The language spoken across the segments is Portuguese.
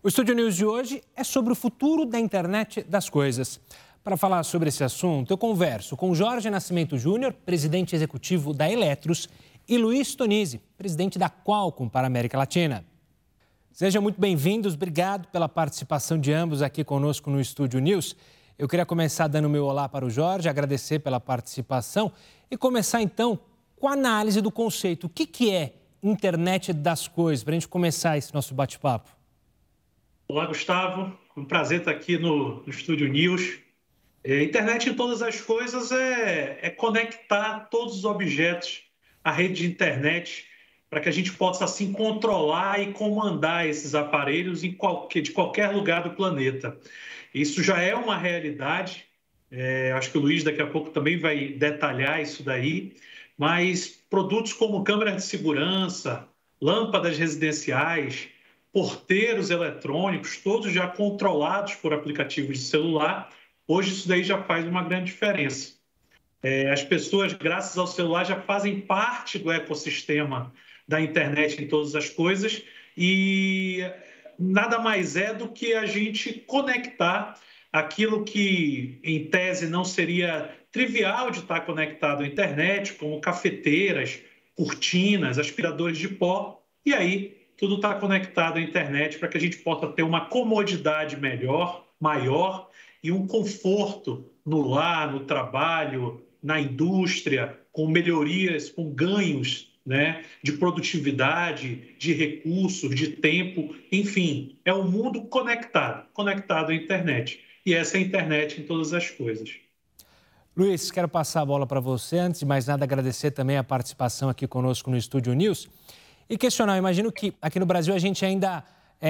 Estúdio News de hoje é sobre o futuro da internet das coisas. Para falar sobre esse assunto, eu converso com Jorge Nascimento Júnior, presidente executivo da Eletros, e Luiz Tonizzi, presidente da Qualcomm para a América Latina. Sejam muito bem-vindos, obrigado pela participação de ambos aqui conosco no Estúdio News. Eu queria começar dando meu olá para o Jorge, agradecer pela participação e começar então com a análise do conceito. O que é internet das coisas, para a gente começar esse nosso bate-papo? Olá, Gustavo. Um prazer estar aqui no Estúdio News. Internet em todas as coisas é conectar todos os objetos à rede de internet para que a gente possa, assim, controlar e comandar esses aparelhos de qualquer lugar do planeta. Isso já é uma realidade. Acho que o Luiz daqui a pouco também vai detalhar isso daí. Mas produtos como câmeras de segurança, lâmpadas residenciais, porteiros eletrônicos, todos já controlados por aplicativos de celular, hoje isso daí já faz uma grande diferença. As pessoas, graças ao celular, já fazem parte do ecossistema da internet em todas as coisas e nada mais é do que a gente conectar aquilo que, em tese, não seria trivial de estar conectado à internet, como cafeteiras, cortinas, aspiradores de pó, e aí tudo está conectado à internet para que a gente possa ter uma comodidade maior e um conforto no lar, no trabalho, na indústria, com melhorias, com ganhos, né, de produtividade, de recursos, de tempo, enfim, é um mundo conectado à internet. E essa é a internet em todas as coisas. Luiz, quero passar a bola para você. Antes de mais nada, agradecer também a participação aqui conosco no Estúdio News. E questionar, eu imagino que aqui no Brasil a gente ainda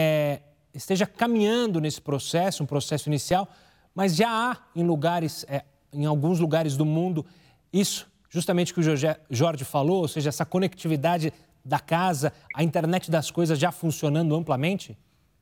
esteja caminhando nesse processo, um processo inicial, mas já há em alguns lugares do mundo, isso justamente que o Jorge falou, ou seja, essa conectividade da casa, a internet das coisas já funcionando amplamente?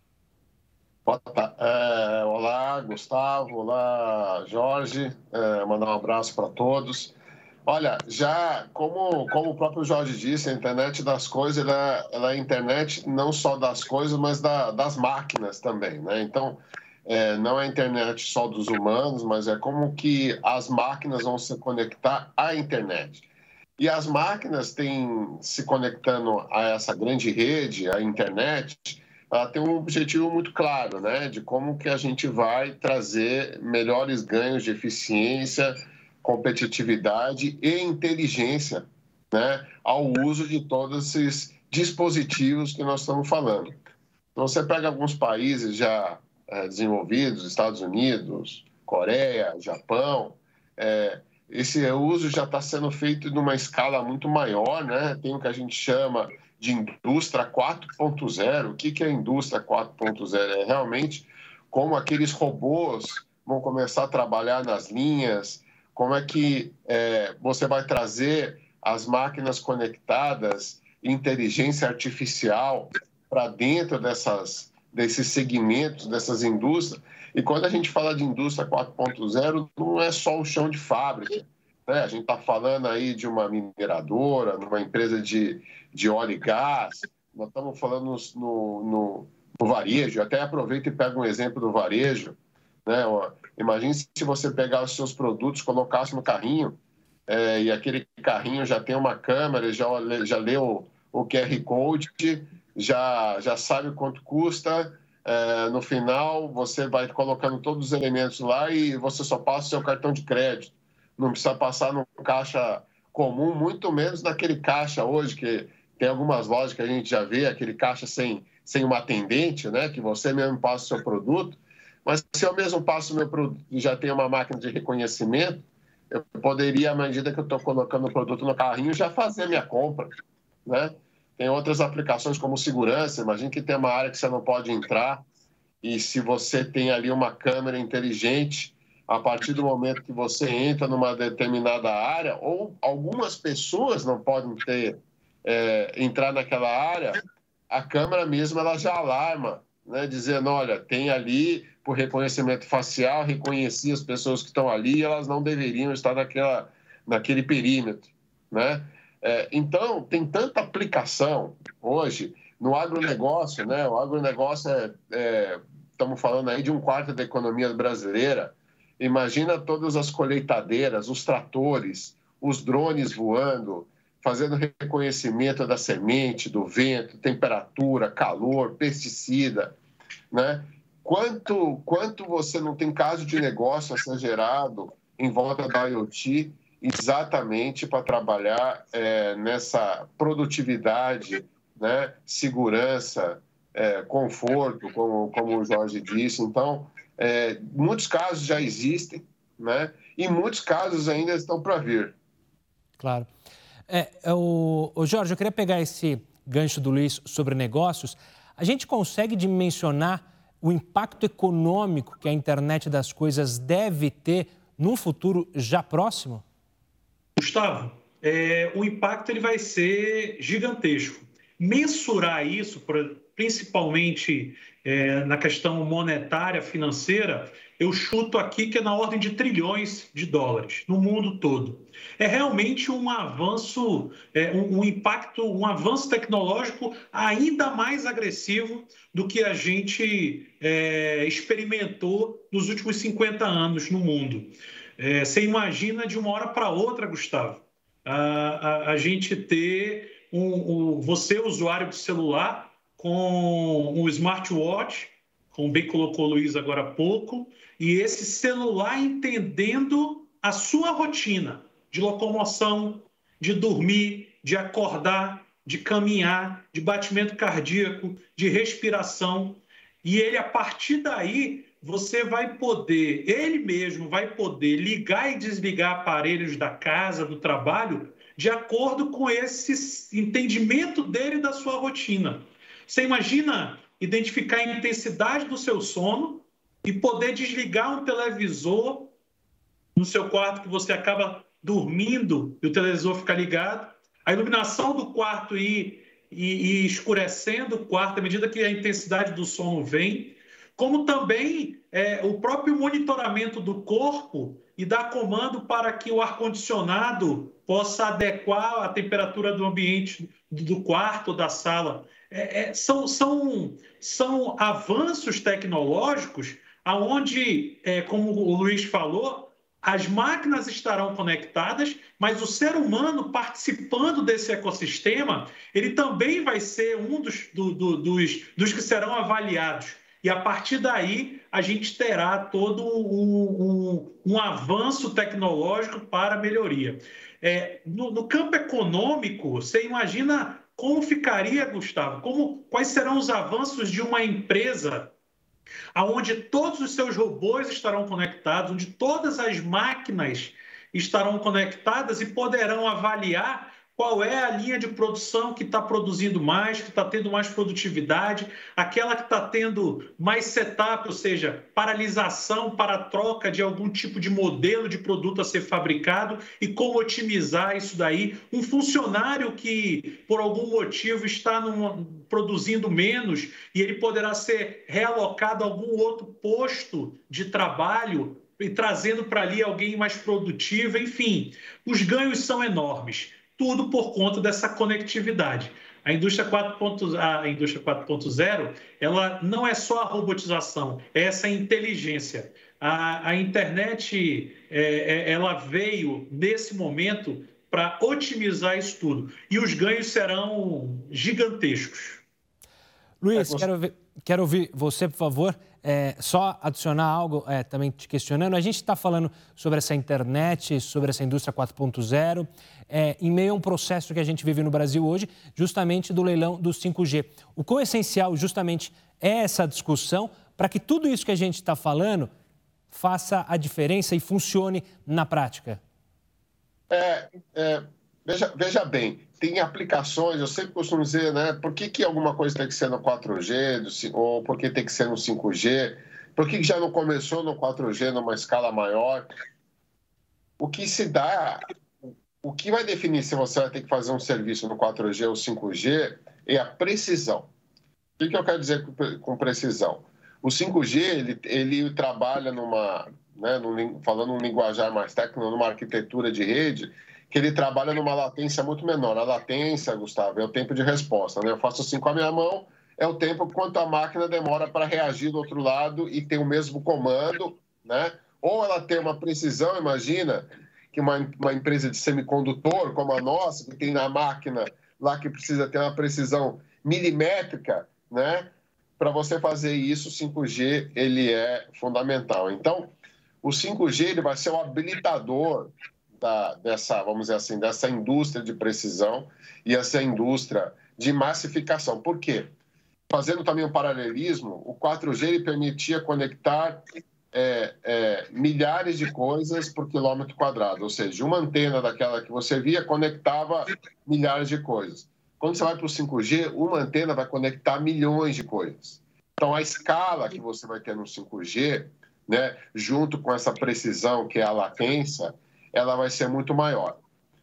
Olá, Gustavo, olá, Jorge, mandar um abraço para todos. Olha, já como o próprio Jorge disse, a internet das coisas, ela é a internet não só das coisas, mas das máquinas também, né? Então, não é a internet só dos humanos, mas é como que as máquinas vão se conectar à internet. E as máquinas têm se conectando a essa grande rede, a internet, ela tem um objetivo muito claro, né? De como que a gente vai trazer melhores ganhos de eficiência, competitividade e inteligência, né, ao uso de todos esses dispositivos que nós estamos falando. Então, você pega alguns países já desenvolvidos, Estados Unidos, Coreia, Japão, esse uso já está sendo feito numa escala muito maior, né? Tem o que a gente chama de indústria 4.0. O que é a indústria 4.0? É realmente como aqueles robôs vão começar a trabalhar nas linhas, como é que você vai trazer as máquinas conectadas, inteligência artificial para dentro desses segmentos, dessas indústrias. E quando a gente fala de indústria 4.0, não é só o chão de fábrica, né? A gente está falando aí de uma mineradora, numa empresa de óleo e gás, nós estamos falando no varejo. Até aproveito e pego um exemplo do varejo, né? Imagine se você pegar os seus produtos, colocasse no carrinho, e aquele carrinho já tem uma câmera, já lê o QR Code, já sabe quanto custa. No final, você vai colocando todos os elementos lá e você só passa o seu cartão de crédito. Não precisa passar no caixa comum, muito menos naquele caixa hoje, que tem algumas lojas que a gente já vê, aquele caixa sem uma atendente, né? Que você mesmo passa o seu produto. Mas se eu mesmo passo o meu produto e já tenho uma máquina de reconhecimento, eu poderia, à medida que eu estou colocando o produto no carrinho, já fazer a minha compra, né? Tem outras aplicações como segurança. Imagina que tem uma área que você não pode entrar e se você tem ali uma câmera inteligente, a partir do momento que você entra numa determinada área, ou algumas pessoas não podem entrar naquela área, a câmera mesmo ela já alarma, né? Dizendo, olha, tem ali, por reconhecimento facial, reconheci as pessoas que estão ali e elas não deveriam estar naquele perímetro, né? Então, tem tanta aplicação hoje, no agronegócio, né? O agronegócio estamos falando aí de 1/4 da economia brasileira. Imagina todas as colheitadeiras, os tratores, os drones voando, fazendo reconhecimento da semente, do vento, temperatura, calor, pesticida, né? Quanto você não tem caso de negócio a ser gerado em volta da IoT exatamente para trabalhar nessa produtividade, né? Segurança, conforto, como o Jorge disse. Então, muitos casos já existem, né? E muitos casos ainda estão para vir. Claro. O Jorge, eu queria pegar esse gancho do Luiz sobre negócios. A gente consegue dimensionar o impacto econômico que a internet das coisas deve ter num futuro já próximo? Gustavo, o impacto ele vai ser gigantesco. Mensurar isso, principalmente na questão monetária, financeira, eu chuto aqui que é na ordem de trilhões de dólares no mundo todo. É realmente um avanço, um impacto, um avanço tecnológico ainda mais agressivo do que a gente experimentou nos últimos 50 anos no mundo. Você imagina de uma hora para outra, Gustavo, a gente ter você, usuário de celular, com um smartwatch, como bem colocou o Luiz agora há pouco, e esse celular entendendo a sua rotina de locomoção, de dormir, de acordar, de caminhar, de batimento cardíaco, de respiração. E ele, a partir daí, ele mesmo vai poder ligar e desligar aparelhos da casa, do trabalho, de acordo com esse entendimento dele da sua rotina. Você imagina identificar a intensidade do seu sono e poder desligar um televisor no seu quarto que você acaba dormindo e o televisor fica ligado, a iluminação do quarto ir escurecendo o quarto à medida que a intensidade do sono vem, como também o próprio monitoramento do corpo e dar comando para que o ar-condicionado possa adequar a temperatura do ambiente do quarto ou da sala. São avanços tecnológicos onde, como o Luiz falou, as máquinas estarão conectadas, mas o ser humano participando desse ecossistema, ele também vai ser um dos que serão avaliados. E a partir daí, a gente terá todo um avanço tecnológico para a melhoria. No campo econômico, você imagina como ficaria, Gustavo? Quais serão os avanços de uma empresa onde todos os seus robôs estarão conectados, onde todas as máquinas estarão conectadas e poderão avaliar qual é a linha de produção que está produzindo mais, que está tendo mais produtividade, aquela que está tendo mais setup, ou seja, paralisação para a troca de algum tipo de modelo de produto a ser fabricado e como otimizar isso daí. Um funcionário que, por algum motivo, está produzindo menos e ele poderá ser realocado a algum outro posto de trabalho e trazendo para ali alguém mais produtivo. Enfim, os ganhos são enormes. Tudo por conta dessa conectividade. A indústria 4.0, ela não é só a robotização, é essa inteligência. A internet, ela veio nesse momento para otimizar isso tudo. E os ganhos serão gigantescos. Luiz, quero ouvir você, por favor. Só adicionar algo também te questionando. A gente está falando sobre essa internet, sobre essa indústria 4.0, em meio a um processo que a gente vive no Brasil hoje, justamente do leilão do 5G. O quão essencial justamente é essa discussão para que tudo isso que a gente está falando faça a diferença e funcione na prática? Veja bem, tem aplicações, eu sempre costumo dizer, né? Por que alguma coisa tem que ser no 4G, ou por que tem que ser no 5G? Por que já não começou no 4G numa escala maior? O que vai definir se você vai ter que fazer um serviço no 4G ou 5G é a precisão. O que eu quero dizer com precisão? O 5G, ele trabalha falando um linguajar mais técnico, numa arquitetura de rede, que ele trabalha numa latência muito menor. A latência, Gustavo, é o tempo de resposta, né? Eu faço assim com a minha mão, é o tempo quanto a máquina demora para reagir do outro lado e tem o mesmo comando, né? Ou ela tem uma precisão, imagina, que uma empresa de semicondutor como a nossa, que tem na máquina lá que precisa ter uma precisão milimétrica, né? Para você fazer isso, o 5G ele é fundamental. Então, o 5G ele vai ser o habilitador dessa, vamos dizer assim, dessa indústria de precisão e essa indústria de massificação. Por quê? Fazendo também um paralelismo, o 4G ele permitia conectar milhares de coisas por quilômetro quadrado, ou seja, uma antena daquela que você via conectava milhares de coisas. Quando você vai para o 5G, uma antena vai conectar milhões de coisas. Então, a escala que você vai ter no 5G, né, junto com essa precisão que é a latência, ela vai ser muito maior.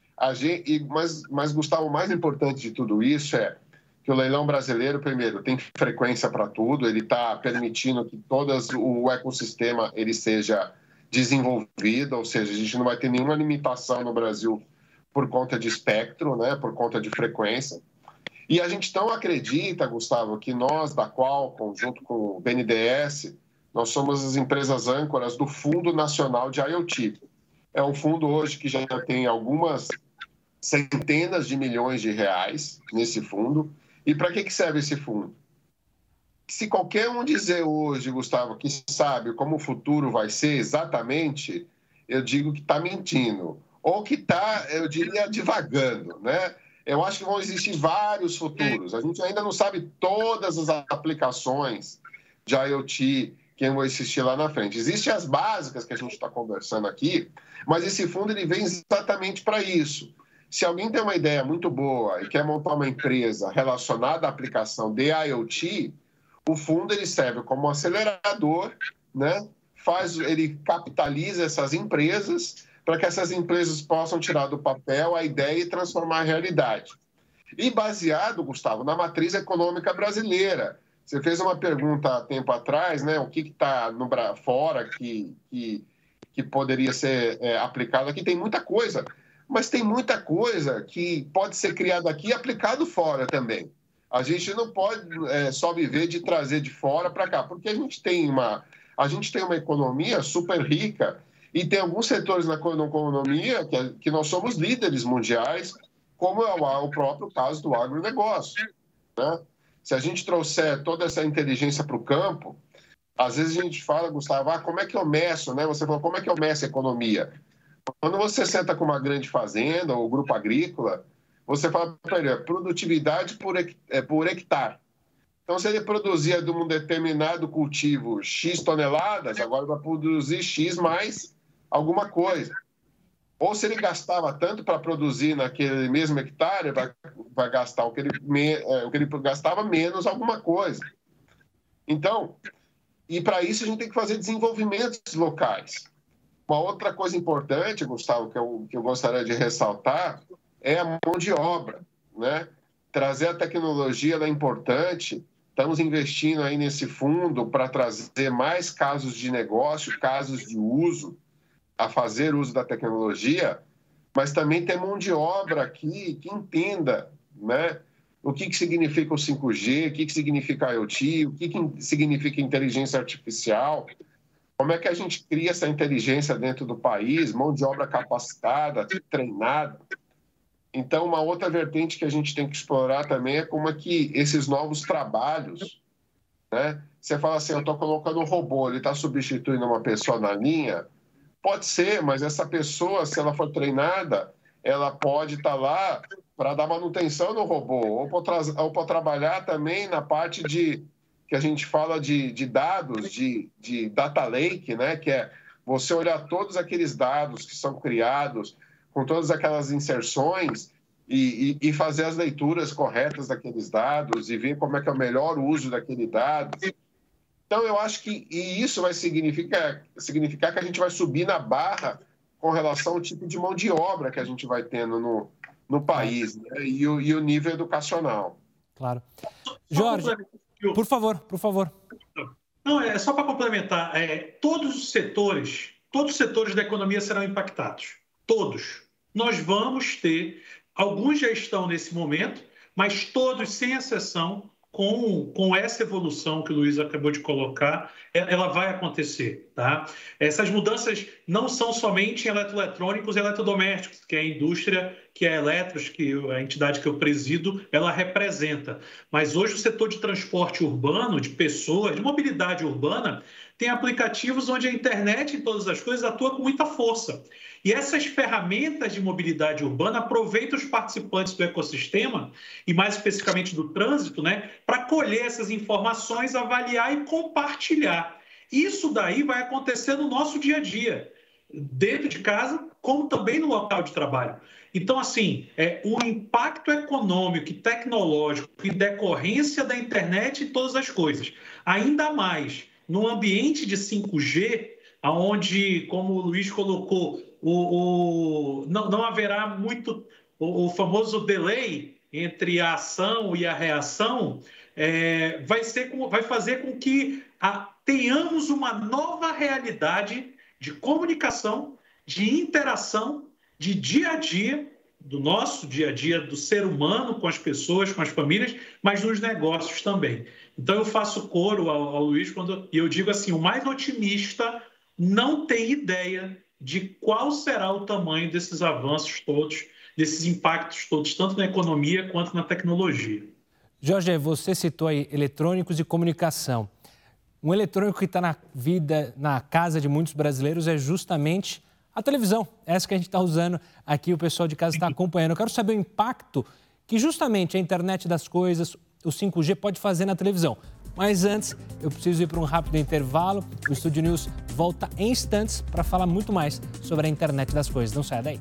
Mas, Gustavo, o mais importante de tudo isso é que o leilão brasileiro, primeiro, tem frequência para tudo, ele está permitindo que todo o ecossistema ele seja desenvolvido, ou seja, a gente não vai ter nenhuma limitação no Brasil por conta de espectro, né, por conta de frequência. E a gente não acredita, Gustavo, que nós, da Qualcomm, junto com o BNDES, nós somos as empresas âncoras do Fundo Nacional de IoT. É um fundo hoje que já tem algumas centenas de milhões de reais nesse fundo. E para que serve esse fundo? Se qualquer um dizer hoje, Gustavo, que sabe como o futuro vai ser exatamente, eu digo que está mentindo. Ou que está, eu diria, divagando, né? Eu acho que vão existir vários futuros. A gente ainda não sabe todas as aplicações de IoT que vão existir lá na frente. Existem as básicas que a gente está conversando aqui, mas esse fundo ele vem exatamente para isso. Se alguém tem uma ideia muito boa e quer montar uma empresa relacionada à aplicação de IoT, o fundo ele serve como um acelerador, né? Ele capitaliza essas empresas para que essas empresas possam tirar do papel a ideia e transformar em realidade. E baseado, Gustavo, na matriz econômica brasileira. Você fez uma pergunta há tempo atrás, né? O que está fora que poderia ser aplicado aqui? Tem muita coisa, mas tem muita coisa que pode ser criada aqui e aplicado fora também. A gente não pode só viver de trazer de fora para cá, porque a gente tem uma economia super rica e tem alguns setores na economia que nós somos líderes mundiais, como é o próprio caso do agronegócio, né? Se a gente trouxer toda essa inteligência para o campo, às vezes a gente fala, Gustavo, como é que eu meço, né? Você falou, como é que eu meço a economia? Quando você senta com uma grande fazenda ou grupo agrícola, você fala para ele, produtividade por hectare. Então, se ele produzia de um determinado cultivo X toneladas, agora vai produzir X mais alguma coisa. Ou se ele gastava tanto para produzir naquele mesmo hectare, vai gastar o que ele gastava menos alguma coisa. Então, e para isso a gente tem que fazer desenvolvimentos locais. Uma outra coisa importante, Gustavo, que eu gostaria de ressaltar, é a mão de obra, né? Trazer a tecnologia é importante. Estamos investindo aí nesse fundo para trazer mais casos de negócio, casos de uso, a fazer uso da tecnologia, mas também tem mão de obra aqui que entenda, né? O que significa o 5G, o que significa IoT, o que significa inteligência artificial, como é que a gente cria essa inteligência dentro do país, mão de obra capacitada, treinada. Então, uma outra vertente que a gente tem que explorar também é como é que esses novos trabalhos, né? Você fala assim, eu estou colocando um robô, ele está substituindo uma pessoa na linha. Pode ser, mas essa pessoa, se ela for treinada, ela pode estar lá para dar manutenção no robô, ou para trabalhar também na parte que a gente fala de dados, de data lake, né? Que é você olhar todos aqueles dados que são criados, com todas aquelas inserções e fazer as leituras corretas daqueles dados e ver como é que é o melhor uso daquele dado. Então, eu acho que isso vai significar que a gente vai subir na barra com relação ao tipo de mão de obra que a gente vai tendo no país, né? e o nível educacional. Claro. Jorge, por favor. Não, é só para complementar. Todos os setores da economia serão impactados. Todos. nós vamos ter, alguns já estão nesse momento, mas todos, sem exceção, com essa evolução que o Luiz acabou de colocar, ela vai acontecer, tá? Essas mudanças não são somente em eletroeletrônicos e eletrodomésticos, que é a indústria, que é a Eletros, que a entidade que eu presido, ela representa. Mas hoje o setor de transporte urbano, de pessoas, de mobilidade urbana, tem aplicativos onde a internet, em todas as coisas, atua com muita força. E essas ferramentas de mobilidade urbana aproveitam os participantes do ecossistema, e mais especificamente do trânsito, né, para colher essas informações, avaliar e compartilhar. Isso daí vai acontecer no nosso dia a dia, dentro de casa, como também no local de trabalho. Então, assim, o impacto econômico e tecnológico em decorrência da internet e todas as coisas, ainda mais no ambiente de 5G, onde, como o Luiz colocou, não haverá muito o famoso delay entre a ação e a reação, vai fazer com que tenhamos uma nova realidade de comunicação, de interação, de dia a dia, do nosso dia a dia, do ser humano com as pessoas, com as famílias, mas nos negócios também. Então, eu faço coro ao Luiz e eu digo assim, o mais otimista não tem ideia de qual será o tamanho desses avanços todos, desses impactos todos, tanto na economia quanto na tecnologia. Jorge, você citou aí eletrônicos e comunicação. Um eletrônico que está na casa de muitos brasileiros é justamente a televisão. Essa que a gente está usando aqui, o pessoal de casa está acompanhando. Eu quero saber o impacto que justamente a internet das coisas, o 5G pode fazer na televisão. Mas antes, eu preciso ir para um rápido intervalo. O Estúdio News volta em instantes para falar muito mais sobre a internet das coisas. Não saia daí.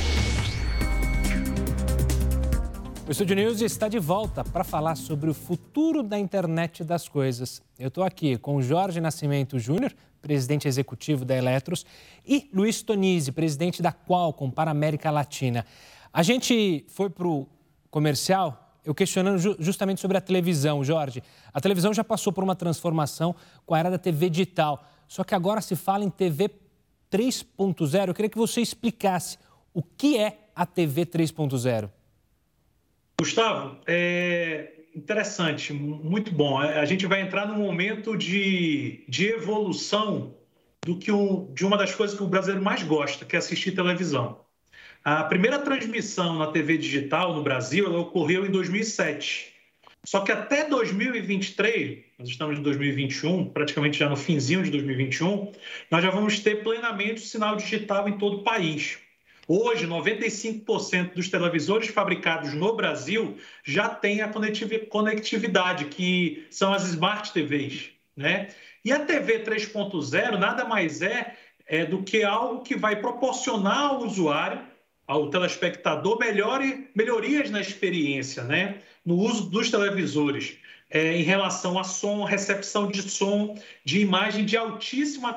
O Estúdio News está de volta para falar sobre o futuro da internet das coisas. Eu estou aqui com o Jorge Nascimento Júnior, presidente executivo da Eletros, e Luiz Tonizzi, presidente da Qualcomm para a América Latina. A gente foi para o comercial, eu questionando justamente sobre a televisão, Jorge. A televisão já passou por uma transformação com a era da TV digital, só que agora se fala em TV 3.0. Eu queria que você explicasse o que é a TV 3.0. Gustavo, interessante, muito bom. A gente vai entrar num momento de evolução de uma das coisas que o brasileiro mais gosta, que é assistir televisão. A primeira transmissão na TV digital no Brasil ela ocorreu em 2007. Só que até 2023, nós estamos em 2021, praticamente já no finzinho de 2021, nós já vamos ter plenamente o sinal digital em todo o país. Hoje, 95% dos televisores fabricados no Brasil já têm a conectividade, que são as Smart TVs, né? E a TV 3.0 nada mais do que algo que vai proporcionar ao usuário, ao telespectador, melhorias na experiência, né? No uso dos televisores, em relação a som, recepção de som, de imagem de altíssima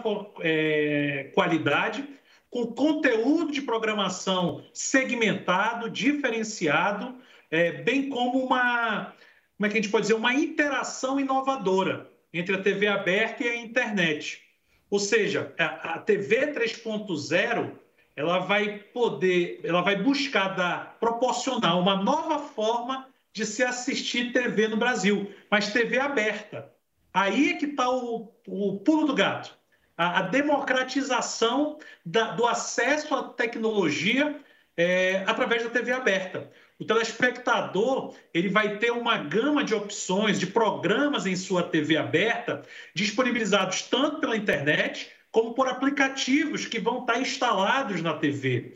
qualidade, com conteúdo de programação segmentado, diferenciado, bem como como é que a gente pode dizer, uma interação inovadora entre a TV aberta e a internet. Ou seja, a TV 3.0 ela vai buscar proporcionar uma nova forma de se assistir TV no Brasil, mas TV aberta. Aí é que está o pulo do gato. A democratização do acesso à tecnologia através da TV aberta. O telespectador ele vai ter uma gama de opções, de programas em sua TV aberta, disponibilizados tanto pela internet, como por aplicativos que vão estar instalados na TV.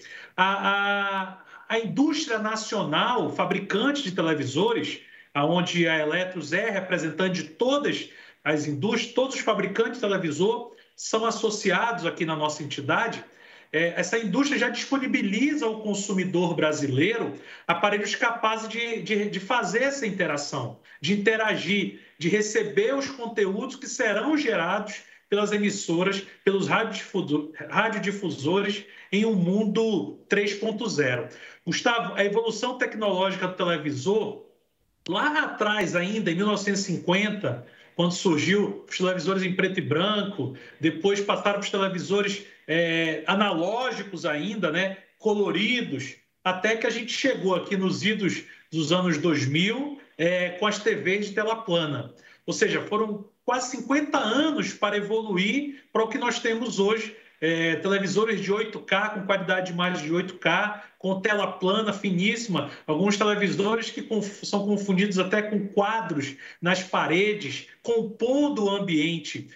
A indústria nacional, fabricante de televisores, onde a Eletros é representante de todas as indústrias, todos os fabricantes de televisor são associados aqui na nossa entidade. Essa indústria já disponibiliza ao consumidor brasileiro aparelhos capazes de fazer essa interação, de interagir, de receber os conteúdos que serão gerados pelas emissoras, pelos radiodifusores em um mundo 3.0. Gustavo, a evolução tecnológica do televisor, lá atrás ainda, em 1950, quando surgiu os televisores em preto e branco, depois passaram para os televisores analógicos ainda, né, coloridos, até que a gente chegou aqui nos idos dos anos 2000 com as TVs de tela plana. Ou seja, foram quase 50 anos para evoluir para o que nós temos hoje, televisores de 8K, com qualidade de imagem de 8K, com tela plana finíssima, alguns televisores que são confundidos até com quadros nas paredes, compondo o ambiente.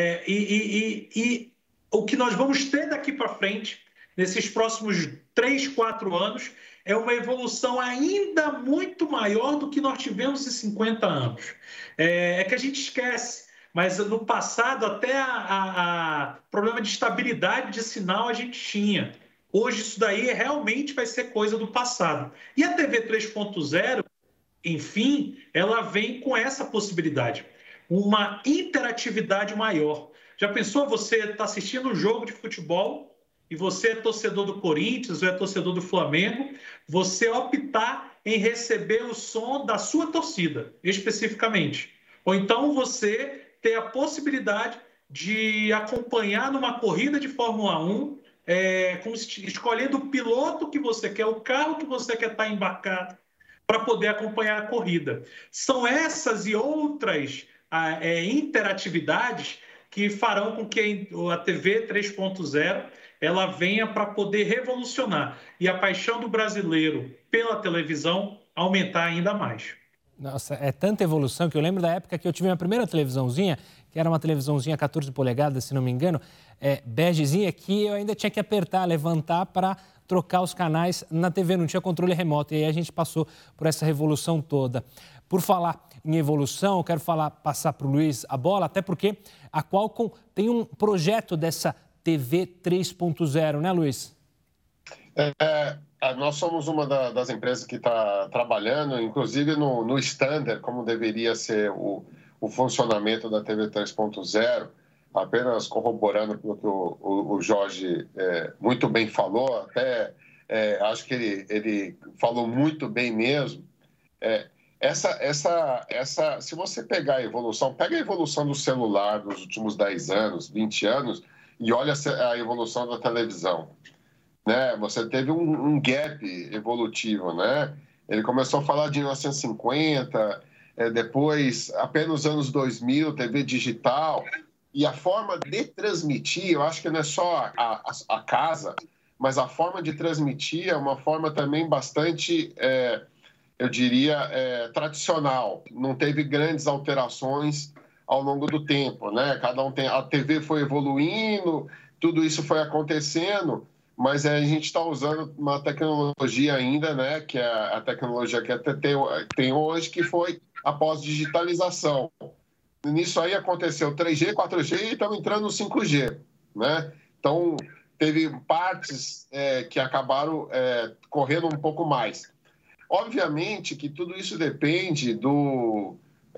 E o que nós vamos ter daqui para frente, nesses próximos 3, 4 anos, é uma evolução ainda muito maior do que nós tivemos em 50 anos. É que a gente esquece, mas no passado até problema de estabilidade de sinal a gente tinha. Hoje isso daí realmente vai ser coisa do passado. E a TV 3.0, enfim, ela vem com essa possibilidade, uma interatividade maior. Já pensou você estar assistindo um jogo de futebol e você é torcedor do Corinthians ou é torcedor do Flamengo, você optar em receber o som da sua torcida, especificamente. Ou então você ter a possibilidade de acompanhar numa corrida de Fórmula 1, escolhendo o piloto que você quer, o carro que você quer estar embarcado, para poder acompanhar a corrida. São essas e outras interatividades que farão com que a TV 3.0 ela venha para poder revolucionar e a paixão do brasileiro pela televisão aumentar ainda mais. Nossa, é tanta evolução que eu lembro da época que eu tive minha primeira televisãozinha, que era uma televisãozinha 14 polegadas, se não me engano, begezinha, que eu ainda tinha que apertar, levantar para trocar os canais na TV, não tinha controle remoto. E aí a gente passou por essa revolução toda. Por falar em evolução, eu quero passar para o Luiz a bola, até porque a Qualcomm tem um projeto dessa TV 3.0, né, Luiz? Nós somos uma das empresas que está trabalhando, inclusive no standard, como deveria ser o funcionamento da TV 3.0, apenas corroborando o que o Jorge muito bem falou, até acho que ele falou muito bem mesmo. Se você pegar a evolução, pega a evolução do celular dos últimos 10 anos, 20 anos, e olha a evolução da televisão. Né? Você teve um gap evolutivo, né? Ele começou a falar de 1950, depois, apenas nos anos 2000, TV digital, e a forma de transmitir, eu acho que não é só a casa, mas a forma de transmitir é uma forma também bastante, eu diria, tradicional. Não teve grandes alterações ao longo do tempo, né? A TV foi evoluindo, tudo isso foi acontecendo, mas a gente está usando uma tecnologia ainda, né? Que é a tecnologia que a TT tem hoje, que foi a pós-digitalização. Nisso aí aconteceu 3G, 4G e estamos entrando no 5G, né? Então, teve partes que acabaram correndo um pouco mais. Obviamente que tudo isso depende do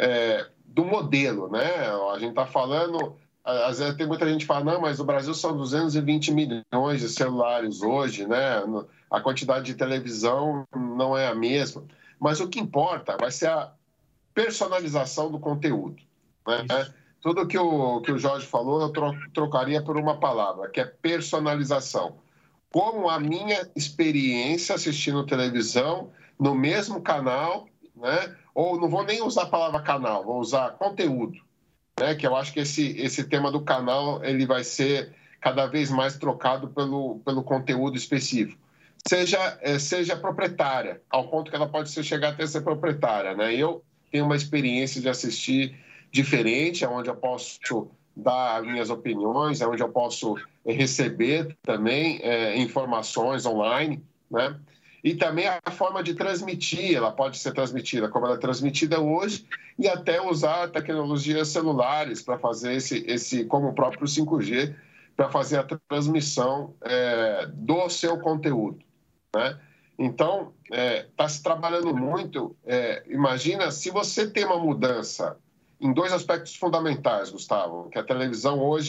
modelo, né? A gente está falando... Às vezes tem muita gente que fala, não, mas o Brasil são 220 milhões de celulares hoje, né? A quantidade de televisão não é a mesma. Mas o que importa vai ser a personalização do conteúdo, né? Tudo que o Jorge falou, eu trocaria por uma palavra, que é personalização. Como a minha experiência assistindo televisão no mesmo canal, né? Ou não vou nem usar a palavra canal, vou usar conteúdo, né? Que eu acho que esse tema do canal ele vai ser cada vez mais trocado pelo conteúdo específico. Seja proprietária, ao ponto que ela pode chegar até ser proprietária, né? Eu tenho uma experiência de assistir diferente, onde eu posso dar minhas opiniões, onde eu posso receber também informações online, né? E também a forma de transmitir, ela pode ser transmitida como ela é transmitida hoje e até usar tecnologias celulares para fazer como o próprio 5G, para fazer a transmissão do seu conteúdo, né? Então, está se trabalhando muito. Imagina se você tem uma mudança em dois aspectos fundamentais, Gustavo, que a televisão hoje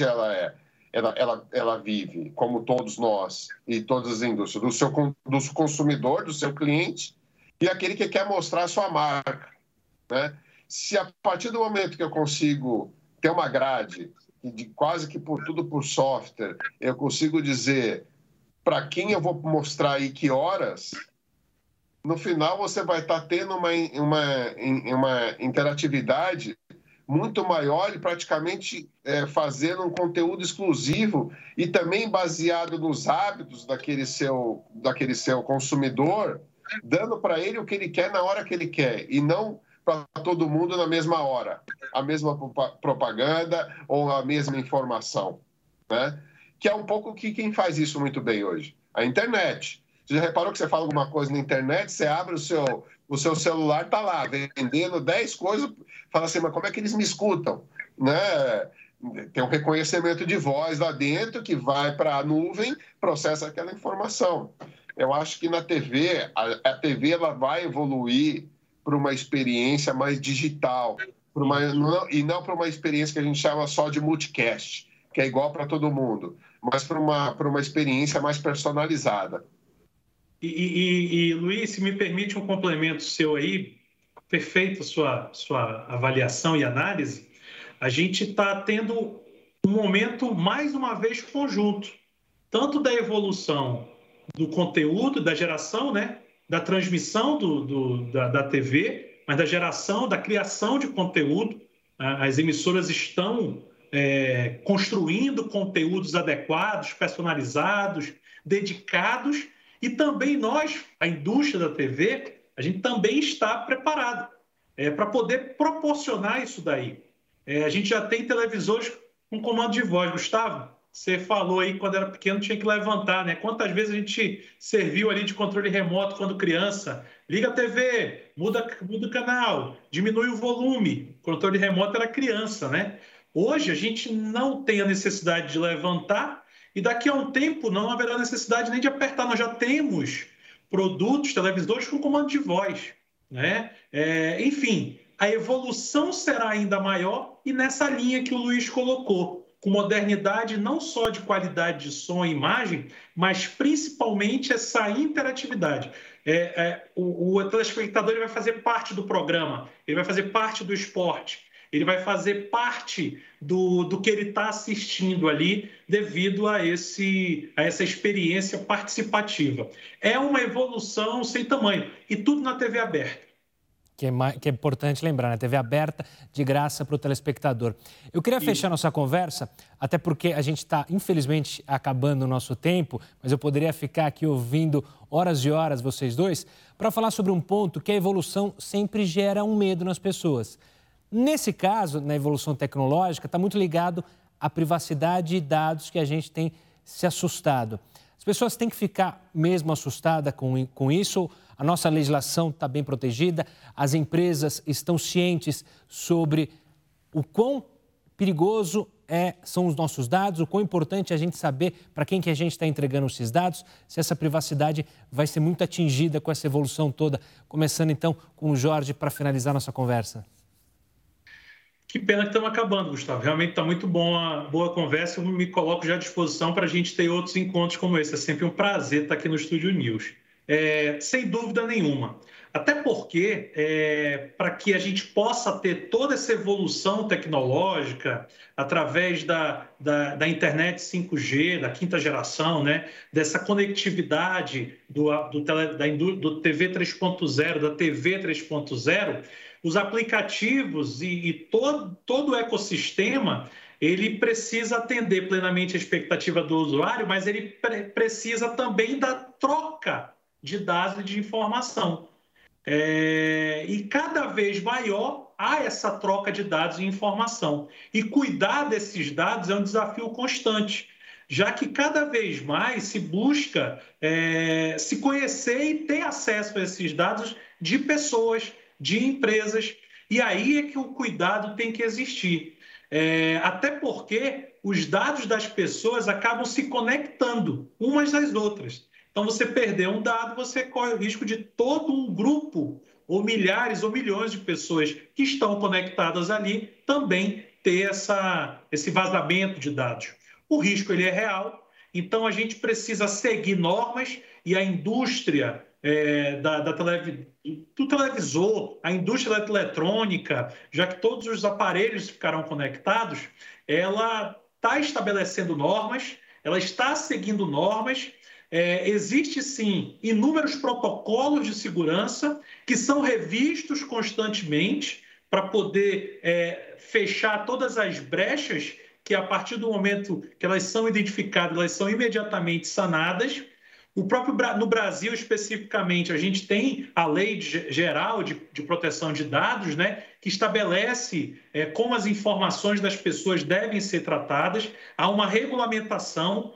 ela vive, como todos nós e todas as indústrias, do consumidor, do seu cliente e aquele que quer mostrar a sua marca, né? Se a partir do momento que eu consigo ter uma grade quase que por tudo por software, eu consigo dizer para quem eu vou mostrar aí que horas, no final você vai estar tendo uma interatividade muito maior e praticamente fazendo um conteúdo exclusivo e também baseado nos hábitos daquele seu consumidor, dando para ele o que ele quer na hora que ele quer e não para todo mundo na mesma hora, a mesma propaganda ou a mesma informação, né? Que é um pouco que quem faz isso muito bem hoje, a internet. Você já reparou que você fala alguma coisa na internet, você abre o seu celular, está lá, vendendo 10 coisas, fala assim, mas como é que eles me escutam? Né? Tem um reconhecimento de voz lá dentro que vai para a nuvem, processa aquela informação. Eu acho que na TV, a TV ela vai evoluir para uma experiência mais digital, e não para uma experiência que a gente chama só de multicast, que é igual para todo mundo, mas para uma experiência mais personalizada. E Luiz, se me permite um complemento seu aí, perfeita sua avaliação e análise, a gente está tendo um momento, mais uma vez, conjunto, tanto da evolução do conteúdo, da geração, né, da transmissão da TV, mas da geração, da criação de conteúdo. As emissoras estão construindo conteúdos adequados, personalizados, dedicados, e também nós, a indústria da TV, a gente também está preparado para poder proporcionar isso daí. A gente já tem televisores com comando de voz. Gustavo, você falou aí, quando era pequeno tinha que levantar, né? Quantas vezes a gente serviu ali de controle remoto quando criança? Liga a TV, muda o canal, diminui o volume. O controle remoto era criança, né? Hoje a gente não tem a necessidade de levantar e daqui a um tempo não haverá necessidade nem de apertar. Nós já temos produtos, televisores com comando de voz, né? Enfim, a evolução será ainda maior e nessa linha que o Luiz colocou, com modernidade não só de qualidade de som e imagem, mas principalmente essa interatividade. O telespectador ele vai fazer parte do programa, ele vai fazer parte do esporte, ele vai fazer parte do que ele está assistindo ali devido a essa experiência participativa. É uma evolução sem tamanho e tudo na TV aberta. Que é importante lembrar, né? TV aberta, de graça para o telespectador. Eu queria fechar nossa conversa, até porque a gente está, infelizmente, acabando o nosso tempo, mas eu poderia ficar aqui ouvindo horas e horas vocês dois, para falar sobre um ponto que a evolução sempre gera um medo nas pessoas. Nesse caso, na evolução tecnológica, está muito ligado à privacidade e dados que a gente tem se assustado. As pessoas têm que ficar mesmo assustadas com isso. A nossa legislação está bem protegida, as empresas estão cientes sobre o quão perigoso são os nossos dados, o quão importante é a gente saber para quem que a gente está entregando esses dados, se essa privacidade vai ser muito atingida com essa evolução toda. Começando então com o Jorge para finalizar nossa conversa. Que pena que estamos acabando, Gustavo. Realmente está muito boa conversa. Eu me coloco já à disposição para a gente ter outros encontros como esse. É sempre um prazer estar aqui no Estúdio News. Sem dúvida nenhuma. Até porque, para que a gente possa ter toda essa evolução tecnológica através da internet 5G, da quinta geração, né? Dessa conectividade do TV 3.0, da TV 3.0, os aplicativos e todo o ecossistema, ele precisa atender plenamente a expectativa do usuário, mas ele precisa também da troca de dados e de informação. E cada vez maior há essa troca de dados e informação. E cuidar desses dados é um desafio constante, já que cada vez mais se busca se conhecer e ter acesso a esses dados de pessoas, de empresas. E aí é que o cuidado tem que existir. Até porque os dados das pessoas acabam se conectando umas às outras. Então, você perder um dado, você corre o risco de todo um grupo, ou milhares ou milhões de pessoas que estão conectadas ali, também ter esse vazamento de dados. O risco ele é real, então a gente precisa seguir normas e a indústria do televisor, a indústria eletrônica, já que todos os aparelhos ficarão conectados, ela está estabelecendo normas, ela está seguindo normas. Existe, sim, inúmeros protocolos de segurança que são revistos constantemente para poder fechar todas as brechas que, a partir do momento que elas são identificadas, elas são imediatamente sanadas. No Brasil, especificamente, a gente tem a Lei Geral de Proteção de Dados, né, que estabelece como as informações das pessoas devem ser tratadas. Há uma regulamentação,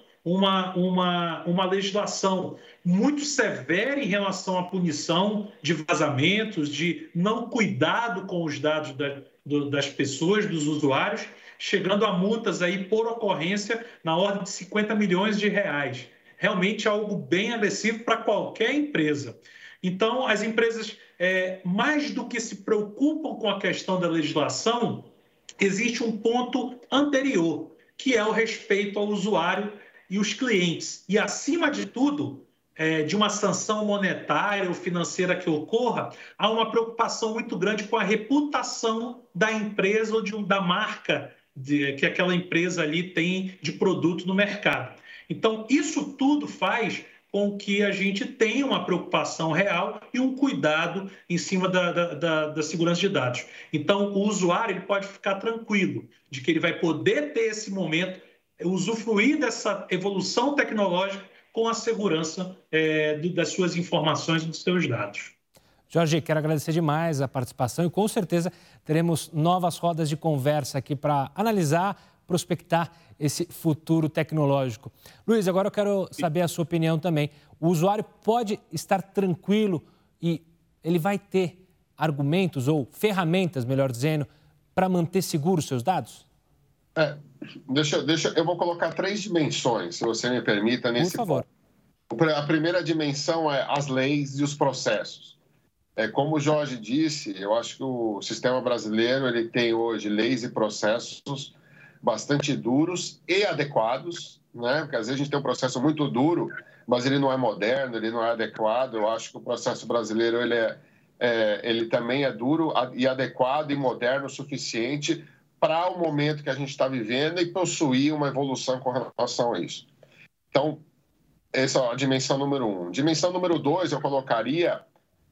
uma legislação muito severa em relação à punição de vazamentos, de não cuidado com os dados das pessoas, dos usuários, chegando a multas aí por ocorrência na ordem de 50 milhões de reais. Realmente é algo bem agressivo para qualquer empresa. Então, as empresas, mais do que se preocupam com a questão da legislação, existe um ponto anterior, que é o respeito ao usuário e os clientes. E, acima de tudo, de uma sanção monetária ou financeira que ocorra, há uma preocupação muito grande com a reputação da empresa ou da marca que aquela empresa ali tem de produto no mercado. Então, isso tudo faz com que a gente tenha uma preocupação real e um cuidado em cima da segurança de dados. Então, o usuário ele pode ficar tranquilo de que ele vai poder ter esse momento, usufruir dessa evolução tecnológica com a segurança das suas informações e dos seus dados. Jorge, quero agradecer demais a participação e com certeza teremos novas rodas de conversa aqui para analisar, prospectar esse futuro tecnológico. Luiz, agora eu quero saber a sua opinião também. O usuário pode estar tranquilo e ele vai ter argumentos ou ferramentas, melhor dizendo, para manter seguros os seus dados? Eu vou colocar 3 dimensões, se você me permita, nesse ponto. Por favor. A primeira dimensão é as leis e os processos. Como o Jorge disse, eu acho que o sistema brasileiro ele tem hoje leis e processos bastante duros e adequados, né? Porque às vezes a gente tem um processo muito duro, mas ele não é moderno, ele não é adequado. Eu acho que o processo brasileiro ele também é duro e adequado e moderno o suficiente para o momento que a gente está vivendo e possuir uma evolução com relação a isso. Então, essa é a dimensão número 1. Dimensão número 2, eu colocaria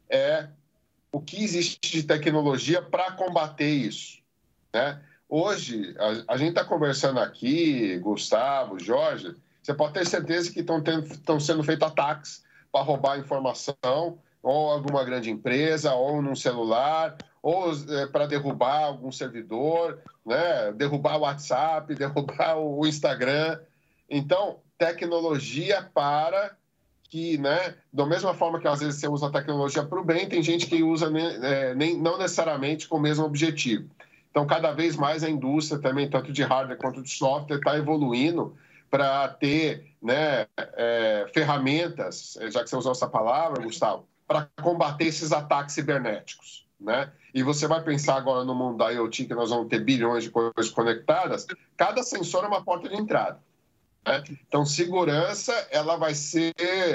o que existe de tecnologia para combater isso, né? Hoje, a gente está conversando aqui, Gustavo, Jorge, você pode ter certeza que estão sendo feitos ataques para roubar informação, ou alguma grande empresa, ou num celular, ou para derrubar algum servidor, né? Derrubar o WhatsApp, derrubar o Instagram. Então, tecnologia para que, né, da mesma forma que às vezes você usa a tecnologia para o bem, tem gente que usa não necessariamente com o mesmo objetivo. Então, cada vez mais a indústria também, tanto de hardware quanto de software, está evoluindo para ter, né, ferramentas, já que você usou essa palavra, Gustavo, para combater esses ataques cibernéticos, né? E você vai pensar agora no mundo da IoT, que nós vamos ter bilhões de coisas conectadas, cada sensor é uma porta de entrada, né? Então, segurança, ela vai ser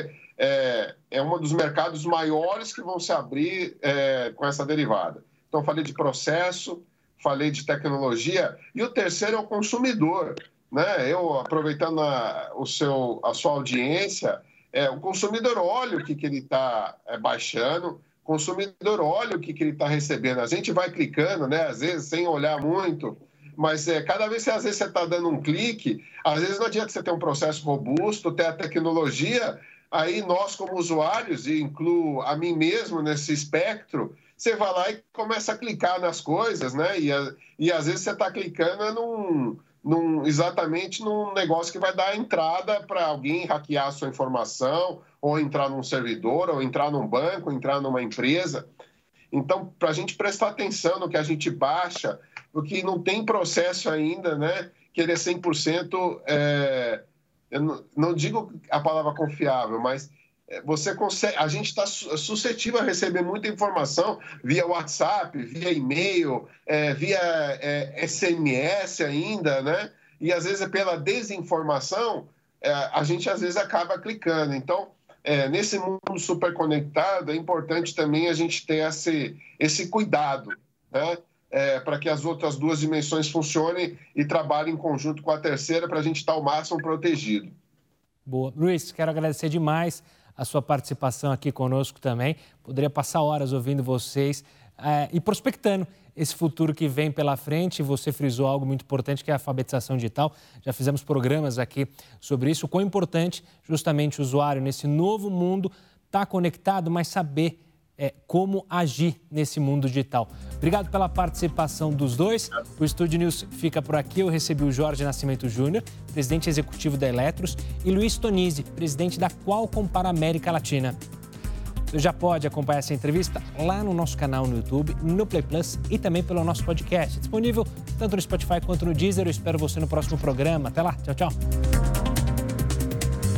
um dos mercados maiores que vão se abrir com essa derivada. Então, falei de processo, falei de tecnologia, e o terceiro é o consumidor, né? Eu, aproveitando a sua audiência, o consumidor olha o que ele está baixando, o consumidor olha o que ele está recebendo. A gente vai clicando, né? Às vezes sem olhar muito, mas cada vez que às vezes você está dando um clique, às vezes não adianta você ter um processo robusto, ter a tecnologia, aí nós como usuários, e incluo a mim mesmo nesse espectro, você vai lá e começa a clicar nas coisas, né? E às vezes você está clicando exatamente num negócio que vai dar entrada para alguém hackear a sua informação, ou entrar num servidor, ou entrar num banco, entrar numa empresa. Então, para a gente prestar atenção no que a gente baixa, porque não tem processo ainda, né? Que ele é 100%, eu não digo a palavra confiável, mas você consegue, a gente está suscetível a receber muita informação via WhatsApp, via e-mail, via SMS ainda, né? E às vezes pela desinformação, a gente às vezes acaba clicando. Então, nesse mundo superconectado, é importante também a gente ter esse cuidado, né? Para que as outras duas dimensões funcionem e trabalhem em conjunto com a terceira para a gente estar ao máximo protegido. Boa. Luiz, quero agradecer demais a sua participação aqui conosco também. Poderia passar horas ouvindo vocês e prospectando esse futuro que vem pela frente. Você frisou algo muito importante, que é a alfabetização digital. Já fizemos programas aqui sobre isso. O quão importante justamente o usuário nesse novo mundo estar conectado, mas saber como agir nesse mundo digital. Obrigado pela participação dos dois. O Estúdio News fica por aqui. Eu recebi o Jorge Nascimento Júnior, presidente executivo da Eletros, e Luiz Tonizzi, presidente da Qualcomm para a América Latina. Você já pode acompanhar essa entrevista lá no nosso canal no YouTube, no Play Plus e também pelo nosso podcast, disponível tanto no Spotify quanto no Deezer. Eu espero você no próximo programa. Até lá. Tchau, tchau.